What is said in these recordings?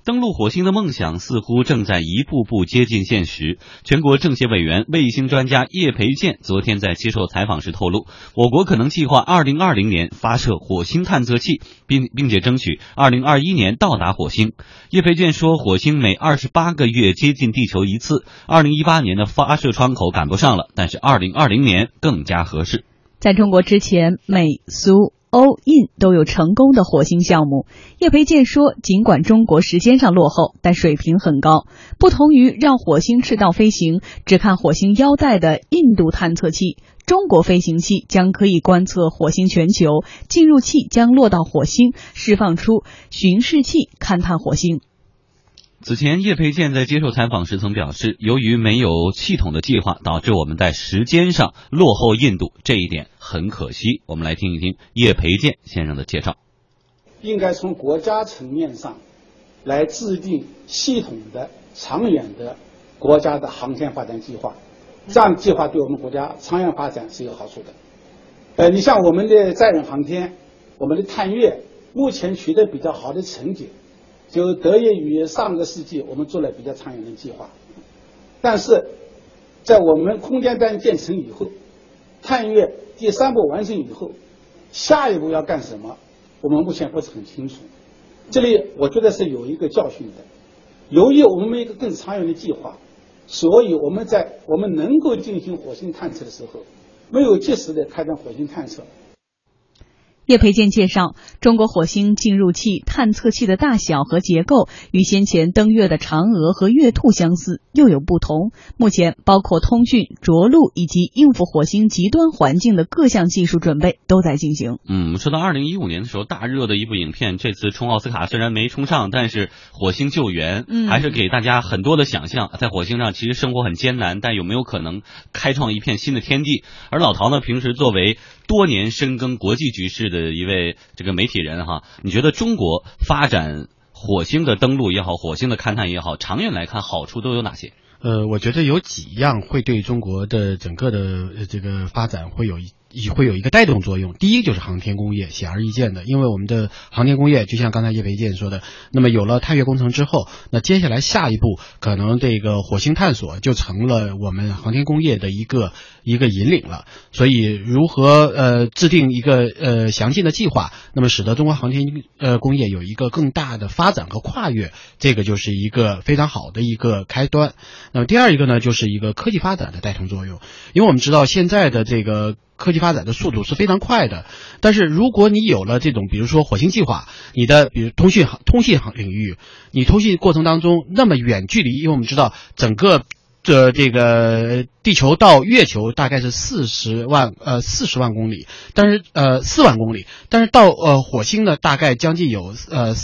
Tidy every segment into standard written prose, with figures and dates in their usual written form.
登陆火星的梦想似乎正在一步步接近现实。全国政协委员、卫星专家叶培建昨天在接受采访时透露，我国可能计划2020年发射火星探测器，并且争取2021年到达火星。叶培建说，火星每28个月接近地球一次，2018年的发射窗口赶不上了，但是2020年更加合适。 在中国之前，美、苏、欧、印都有成功的火星项目。叶培建说，尽管中国时间上落后，但水平很高。不同于让火星赤道飞行，只看火星腰带的印度探测器，中国飞行器将可以观测火星全球，进入器将落到火星，释放出巡视器勘探火星。 此前，叶培建在接受采访时曾表示，由于没有系统的计划，导致我们在时间上落后印度，这一点很可惜。我们来听一听叶培建先生的介绍。 应该从国家层面上来制定系统的、长远的国家的航天发展计划，这样的计划对我们国家长远发展是有好处的。你像我们的载人航天，我们的探月，目前取得比较好的成绩，就得益于上个世纪我们做了比较长远的计划。但是在我们空间站建成以后，探月第3步完成以后，下一步要干什么，我们目前不是很清楚。这里我觉得是有一个教训的，由于我们没有一个更长远的计划，所以我们能够进行火星探测的时候，没有及时的开展火星探测。 叶培建介绍，中国火星进入器探测器的大小和结构与先前登月的嫦娥和月兔相似，又有不同。目前包括通讯、着陆以及应付火星极端环境的各项技术准备都在进行。 说到2015年的时候，大热的一部影片，这次冲奥斯卡虽然没冲上，但是火星救援还是给大家很多的想象。在火星上其实生活很艰难，但有没有可能开创一片新的天地？而老陶呢，平时作为多年深耕国际局势的一位这个媒体人哈，你觉得中国发展火星的登陆也好，火星的勘探也好，长远来看好处都有哪些？ 我觉得有几样会对中国的整个的这个发展会有一个带动作用。第一就是航天工业，显而易见的，因为我们的航天工业就像刚才叶培建说的，那么有了探月工程之后，那接下来下一步可能这个火星探索就成了我们航天工业的一个引领了。所以如何制定一个详尽的计划，那么使得中国航天工业有一个更大的发展和跨越，这个就是一个非常好的一个开端。那么第二一个呢，就是一个科技发展的带动作用，因为我们知道现在的这个科技发展的速度是非常快的，但是如果你有了这种比如说火星计划，你的比如通信领域，你通信过程当中那么远距离，因为我们知道整个这个地球到月球大概是40万公里，但是4万公里，但是到火星呢大概将近有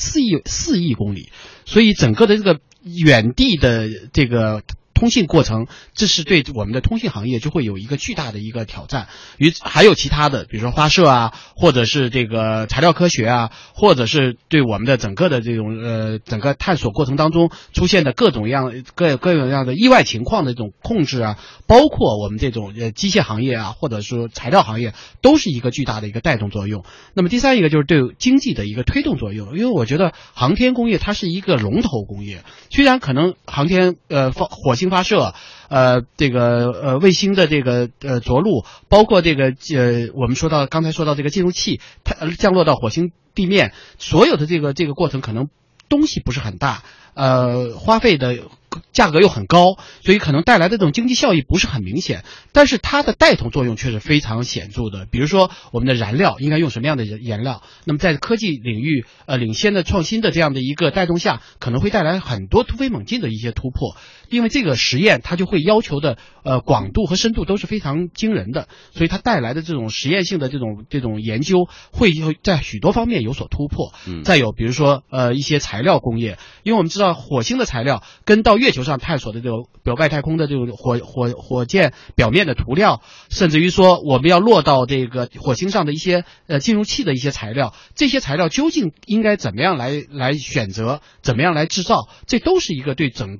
4亿公里，所以整个的这个远地的这个通信过程，这是对我们的通信行业就会有一个巨大的一个挑战。还有其他的，比如说发射啊，或者是这个材料科学啊，或者是对我们的整个的这种整个探索过程当中出现的各种样的意外情况的这种控制啊，包括我们这种机械行业啊，或者说材料行业，都是一个巨大的一个带动作用。那么第三一个就是对经济的一个推动作用，因为我觉得航天工业它是一个龙头工业，虽然可能航天火星发射这个卫星的这个着陆，包括这个我们刚才说到这个进入器它降落到火星地面，所有的这个过程可能东西不是很大，花费的价格又很高，所以可能带来的这种经济效益不是很明显，但是它的带动作用却是非常显著的。比如说我们的燃料应该用什么样的燃料，那么在科技领域领先的创新的这样的一个带动下，可能会带来很多突飞猛进的一些突破。因为这个实验它就会要求的广度和深度都是非常惊人的，所以它带来的这种实验性的这种研究会在许多方面有所突破。再有比如说一些材料工业，因为我们知道火星的材料跟到月球上探索的这种外太空的这种火箭表面的涂料，甚至于说我们要落到这个火星上的一些进入器的一些材料，这些材料究竟应该怎么样来选择，怎么样来制造，这都是一个对整个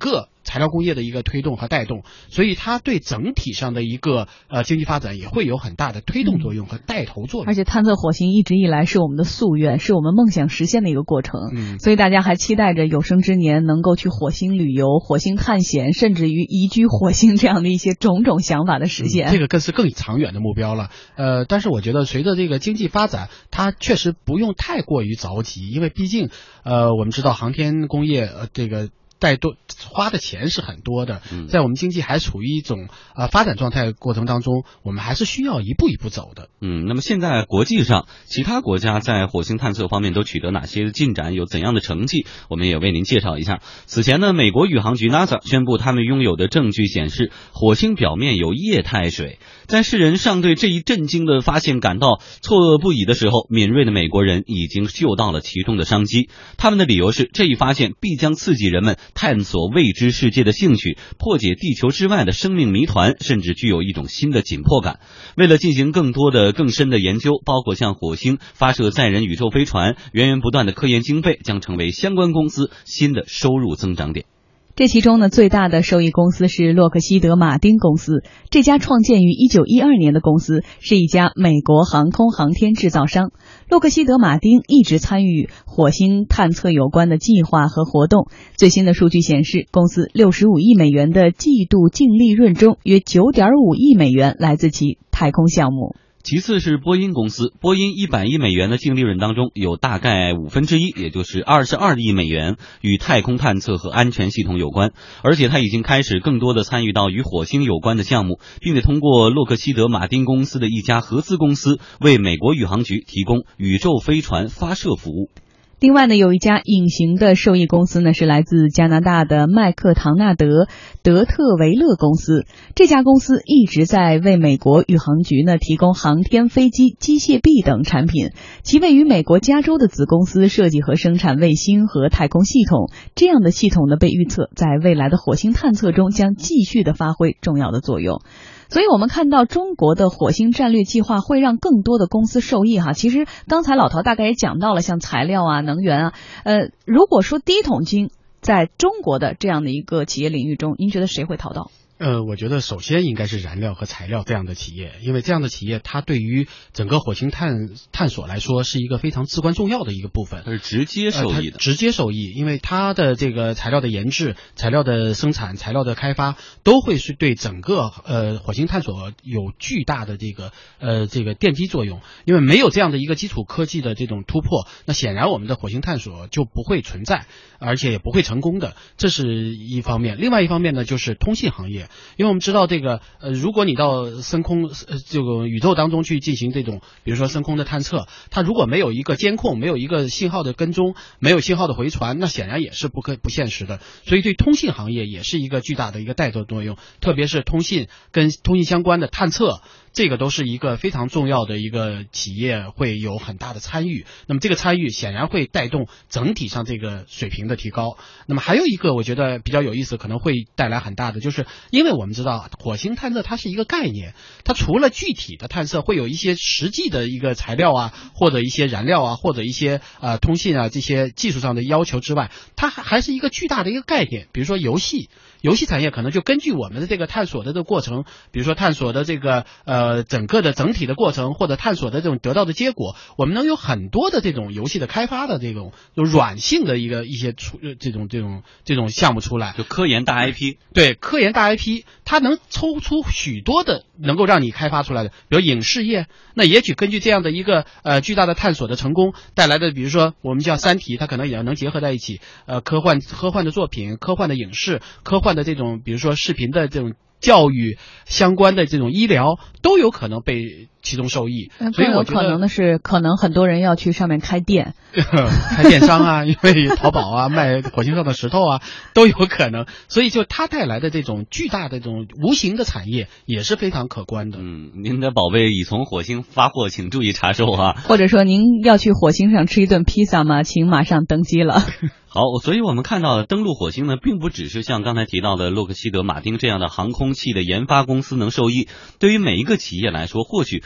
材料工业的一个推动和带动，所以它对整体上的一个经济发展也会有很大的推动作用和带头作用。 而且探测火星一直以来是我们的夙愿，是我们梦想实现的一个过程。所以大家还期待着有生之年能够去火星旅游、火星探险，甚至于移居火星这样的一些种种想法的实现。 这个更是更长远的目标了。但是我觉得随着这个经济发展，它确实不用太过于着急，因为毕竟我们知道航天工业这个花的钱是很多的，在我们经济还处于一种发展状态过程当中，我们还是需要一步一步走的。 那么现在国际上其他国家在火星探测方面都取得哪些进展，有怎样的成绩，我们也为您介绍一下。此前呢，美国宇航局 NASA 宣布他们拥有的证据显示火星表面有液态水。在世人尚对这一震惊的发现感到错愕不已的时候，敏锐的美国人已经嗅到了其中的商机。他们的理由是，这一发现必将刺激人们探索未知世界的兴趣，破解地球之外的生命谜团，甚至具有一种新的紧迫感。为了进行更深的研究，包括向火星发射载人宇宙飞船，源源不断的科研经费将成为相关公司新的收入增长点。 这其中呢，最大的受益公司是洛克希德马丁公司。这家创建于1912年的公司是一家美国航空航天制造商。洛克希德马丁一直参与火星探测有关的计划和活动。最新的数据显示，公司65亿美元的季度净利润中，约9.5亿美元来自其太空项目。 其次是波音公司，波音100亿美元的净利润当中，有大概1/5，也就是22亿美元与太空探测和安全系统有关，而且它已经开始更多的参与到与火星有关的项目，并且通过洛克希德马丁公司的一家合资公司为美国宇航局提供宇宙飞船发射服务。 另外呢，有一家隐形的受益公司呢，是来自加拿大的麦克唐纳德德特维勒公司。这家公司一直在为美国宇航局呢提供航天飞机、机械臂等产品。其位于美国加州的子公司设计和生产卫星和太空系统，这样的系统呢被预测在未来的火星探测中将继续的发挥重要的作用。所以我们看到中国的火星战略计划会让更多的公司受益哈。其实刚才老陶大概也讲到了，像材料啊、能源啊，如果说第一桶金在中国的这样的一个企业领域中，您觉得谁会淘到？ 我觉得首先应该是燃料和材料这样的企业，因为这样的企业它对于整个火星探索来说是一个非常至关重要的一个部分， 它是直接受益的， 直接受益，因为它的这个材料的研制、材料的生产、材料的开发都会是对整个火星探索有巨大的这个奠基作用。因为没有这样的一个基础科技的这种突破，那显然我们的火星探索就不会存在，而且也不会成功的，这是一方面。另外一方面呢，就是通信行业。因为我们知道这个如果你到深空这个宇宙当中去进行这种比如说深空的探测，它如果没有一个监控，没有一个信号的跟踪，没有信号的回传，那显然也是不现实的。所以对通信行业也是一个巨大的一个带动作用，特别是通信跟通信相关的探测，这个都是一个非常重要的一个企业会有很大的参与。那么这个参与显然会带动整体上这个水平的提高。那么还有一个我觉得比较有意思，可能会带来很大的，就是因为我们知道火星探测它是一个概念，它除了具体的探测会有一些实际的一个材料啊，或者一些燃料啊，或者一些通信啊这些技术上的要求之外，它还是一个巨大的一个概念。比如说游戏产业可能就根据我们的这个探索的这个过程，比如说探索的这个整个的整体的过程，或者探索的这种得到的结果，我们能有很多的这种游戏的开发的这种软性的一些这种项目出来， 就科研大 IP。 对，科研大 IP 它能抽出许多的能够让你开发出来的，比如影视业，那也许根据这样的一个巨大的探索的成功带来的，比如说我们像三体，它可能也能结合在一起，科幻的作品、科幻的影视、科幻的这种比如说视频的这种教育相关的这种医疗都有可能被其中受益。所以我觉得可能的是，可能很多人要去上面开店开电商啊，因为淘宝啊卖火星上的石头啊都有可能，所以就它带来的这种巨大的这种无形的产业也是非常可观的。 您的宝贝已从火星发货，请注意查收啊。 或者说您要去火星上吃一顿披萨吗？请马上登机了。 好，所以我们看到登陆火星呢，并不只是像刚才提到的洛克希德马丁这样的航空器的研发公司能受益，对于每一个企业来说，或许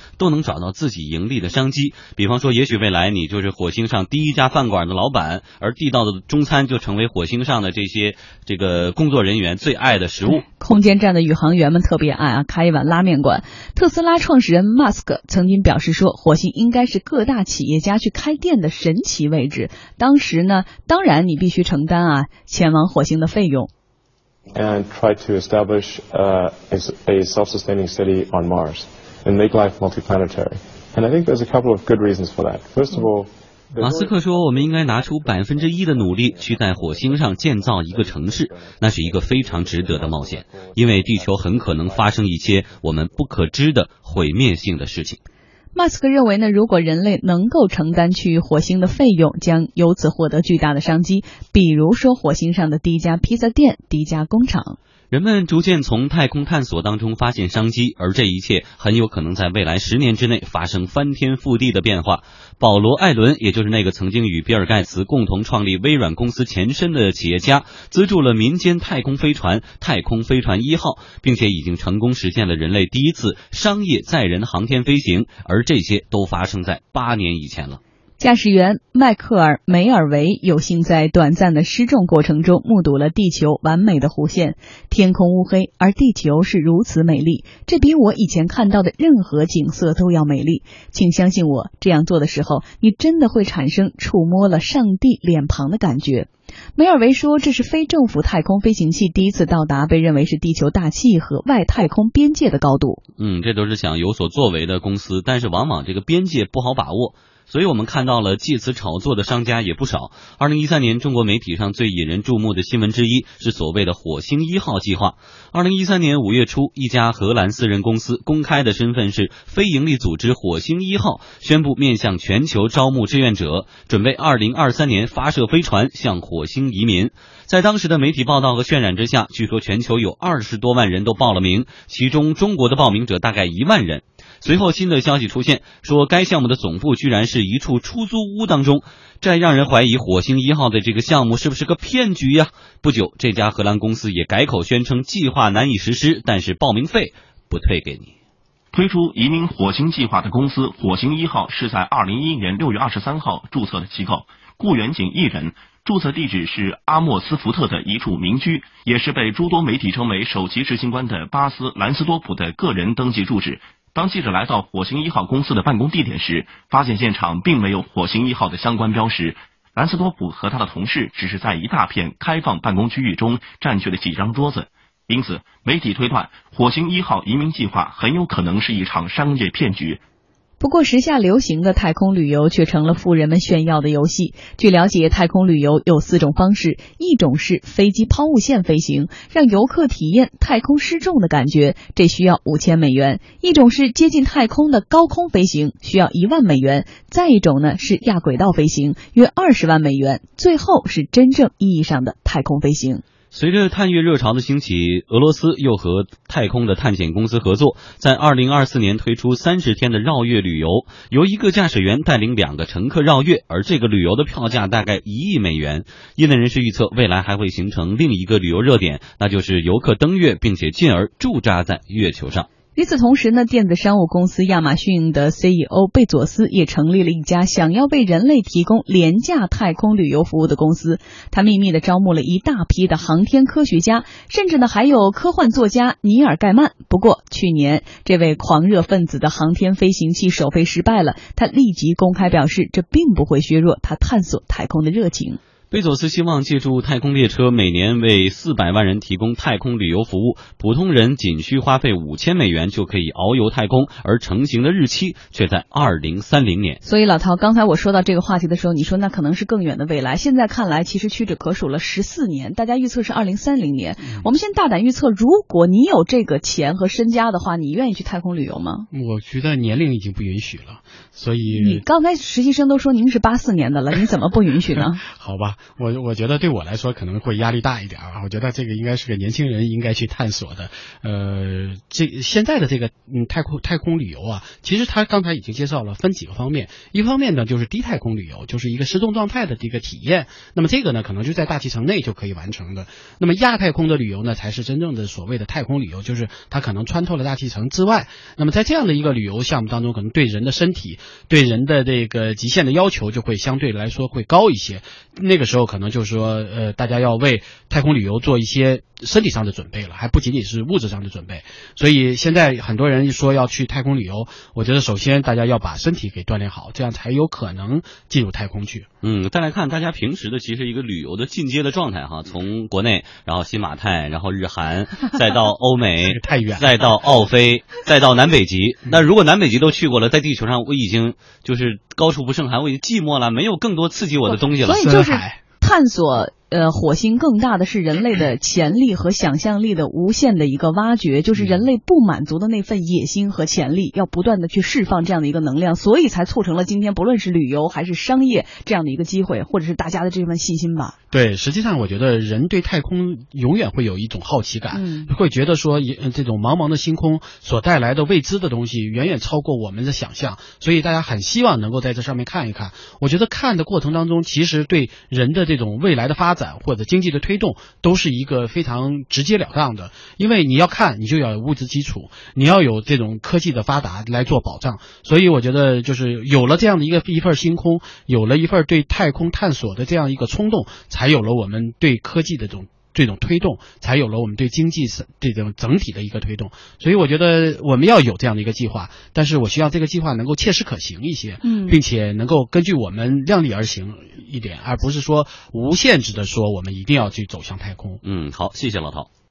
都能找到自己盈利的商机。比方说，也许未来你就是火星上第一家饭馆的老板，而地道的中餐就成为火星上的这个工作人员最爱的食物。 空间站的宇航员们特别爱开一碗拉面馆。特斯拉创始人马斯克曾经表示说，火星应该是各大企业家去开店的神奇位置。当时呢，当然你必须承担前往火星的费用。 And try to establish a self-sustaining city on Mars and make life multiplanetary. And I think there's a couple of good reasons for that. First of all, 马斯克说，我们应该拿出1%的努力去在火星上建造一个城市，那是一个非常值得的冒险，因为地球很可能发生一些我们不可知的毁灭性的事情。 马斯克认为呢，如果人类能够承担去火星的费用，将由此获得巨大的商机，比如说火星上的第一家披萨店、第一家工厂。 人们逐渐从太空探索当中发现商机，而这一切很有可能在未来10年之内发生翻天覆地的变化。保罗·艾伦，也就是那个曾经与比尔·盖茨共同创立微软公司前身的企业家，资助了民间太空飞船太空飞船1号，并且已经成功实现了人类第一次商业载人航天飞行，而这些都发生在8年以前了。 驾驶员迈克尔·梅尔维有幸在短暂的失重过程中目睹了地球完美的弧线，天空乌黑，而地球是如此美丽，这比我以前看到的任何景色都要美丽。请相信我，这样做的时候，你真的会产生触摸了上帝脸庞的感觉。梅尔维说，这是非政府太空飞行器第一次到达被认为是地球大气和外太空边界的高度。 这都是想有所作为的公司，但是往往这个边界不好把握。所以我们看到了借此炒作的商家也不少。2013年中国媒体上最引人注目的新闻之一是所谓的火星1号计划。2013年5月初，一家荷兰私人公司公开的身份是非营利组织火星1号，宣布面向全球招募志愿者，准备2023年发射飞船向火星移民。在当时的媒体报道和渲染之下，据说全球有20多万人都报了名，其中中国的报名者大概1万人。随后新的消息出现，说该项目的总部居然是一处出租屋当中，这让人怀疑火星1号的这个项目是不是个骗局呀？不久，这家荷兰公司也改口宣称计划难以实施，但是报名费不退给你。 推出移民火星计划的公司火星1号是在2011年6月23号注册的机构，雇员仅1人，注册地址是阿莫斯福特的一处民居，也是被诸多媒体称为首席执行官的巴斯·兰斯多普的个人登记住址。当记者来到火星1号公司的办公地点时，发现现场并没有火星1号的相关标识。兰斯多普和他的同事只是在一大片开放办公区域中占据了几张桌子，因此媒体推断火星1号移民计划很有可能是一场商业骗局。 不过时下流行的太空旅游却成了富人们炫耀的游戏。据了解，太空旅游有4种方式，一种是飞机抛物线飞行，让游客体验太空失重的感觉，这需要5000美元；一种是接近太空的高空飞行，需要1万美元；再一种呢是亚轨道飞行，约20万美元；最后是真正意义上的太空飞行。 随着探月热潮的兴起，俄罗斯又和太空的探险公司合作，在2024年推出30天的绕月旅游，由一个驾驶员带领2个乘客绕月，而这个旅游的票价大概1亿美元。业内人士预测，未来还会形成另一个旅游热点，那就是游客登月，并且进而驻扎在月球上。 与此同时呢，电子商务公司亚马逊的 CEO 贝佐斯也成立了一家想要为人类提供廉价太空旅游服务的公司。他秘密地招募了一大批的航天科学家，甚至呢还有科幻作家尼尔盖曼。不过去年这位狂热分子的航天飞行器首飞失败了，他立即公开表示，这并不会削弱他探索太空的热情。 贝佐斯希望借助太空列车每年为400万人提供太空旅游服务，普通人仅需花费5000美元就可以遨游太空，而成型的日期却在2030年。 所以老陶，刚才我说到这个话题的时候，你说那可能是更远的未来，现在看来其实屈指可数了14年，大家预测是2030年。我们先大胆预测，如果你有这个钱和身家的话，你愿意去太空旅游吗？ 我觉得年龄已经不允许了，所以你刚才实习生都说您是84年的了，你怎么不允许呢？ 好吧， 我觉得对我来说可能会压力大一点啊。我觉得这个应该是个年轻人应该去探索的。现在的这个太空旅游啊，其实他刚才已经介绍了分几个方面。一方面呢就是低太空旅游，就是一个失重状态的这个体验。那么这个呢可能就在大气层内就可以完成的。那么亚太空的旅游呢才是真正的所谓的太空旅游，就是它可能穿透了大气层之外。那么在这样的一个旅游项目当中，可能对人的身体、对人的这个极限的要求就会相对来说会高一些。那个时候可能就是说大家要为太空旅游做一些身体上的准备了，还不仅仅是物质上的准备。所以现在很多人说要去太空旅游，我觉得首先大家要把身体给锻炼好，这样才有可能进入太空去。 再来看大家平时的其实一个旅游的进阶的状态哈，从国内，然后新马泰，然后日韩，再到欧美太远， 再到澳非，再到南北极。那如果南北极都去过了，在地球上我已经就是高处不胜寒，我已经寂寞了，没有更多刺激我的东西了。 所以就是探索火星更大的是人类的潜力和想象力的无限的一个挖掘，就是人类不满足的那份野心和潜力，要不断的去释放这样的一个能量，所以才促成了今天不论是旅游还是商业这样的一个机会，或者是大家的这份信心吧。 对，实际上我觉得人对太空永远会有一种好奇感，会觉得说这种茫茫的星空所带来的未知的东西远远超过我们的想象，所以大家很希望能够在这上面看一看。我觉得看的过程当中，其实对人的这种未来的发展或者经济的推动都是一个非常直截了当的，因为你要看，你就要有物质基础，你要有这种科技的发达来做保障。所以我觉得就是有了这样的一份星空，有了一份对太空探索的这样一个冲动，才有了我们对科技的这种推动，才有了我们对经济这种整体的一个推动。所以我觉得我们要有这样的一个计划，但是我希望这个计划能够切实可行一些，并且能够根据我们量力而行一点，而不是说无限制的说我们一定要去走向太空。 好，谢谢老陶。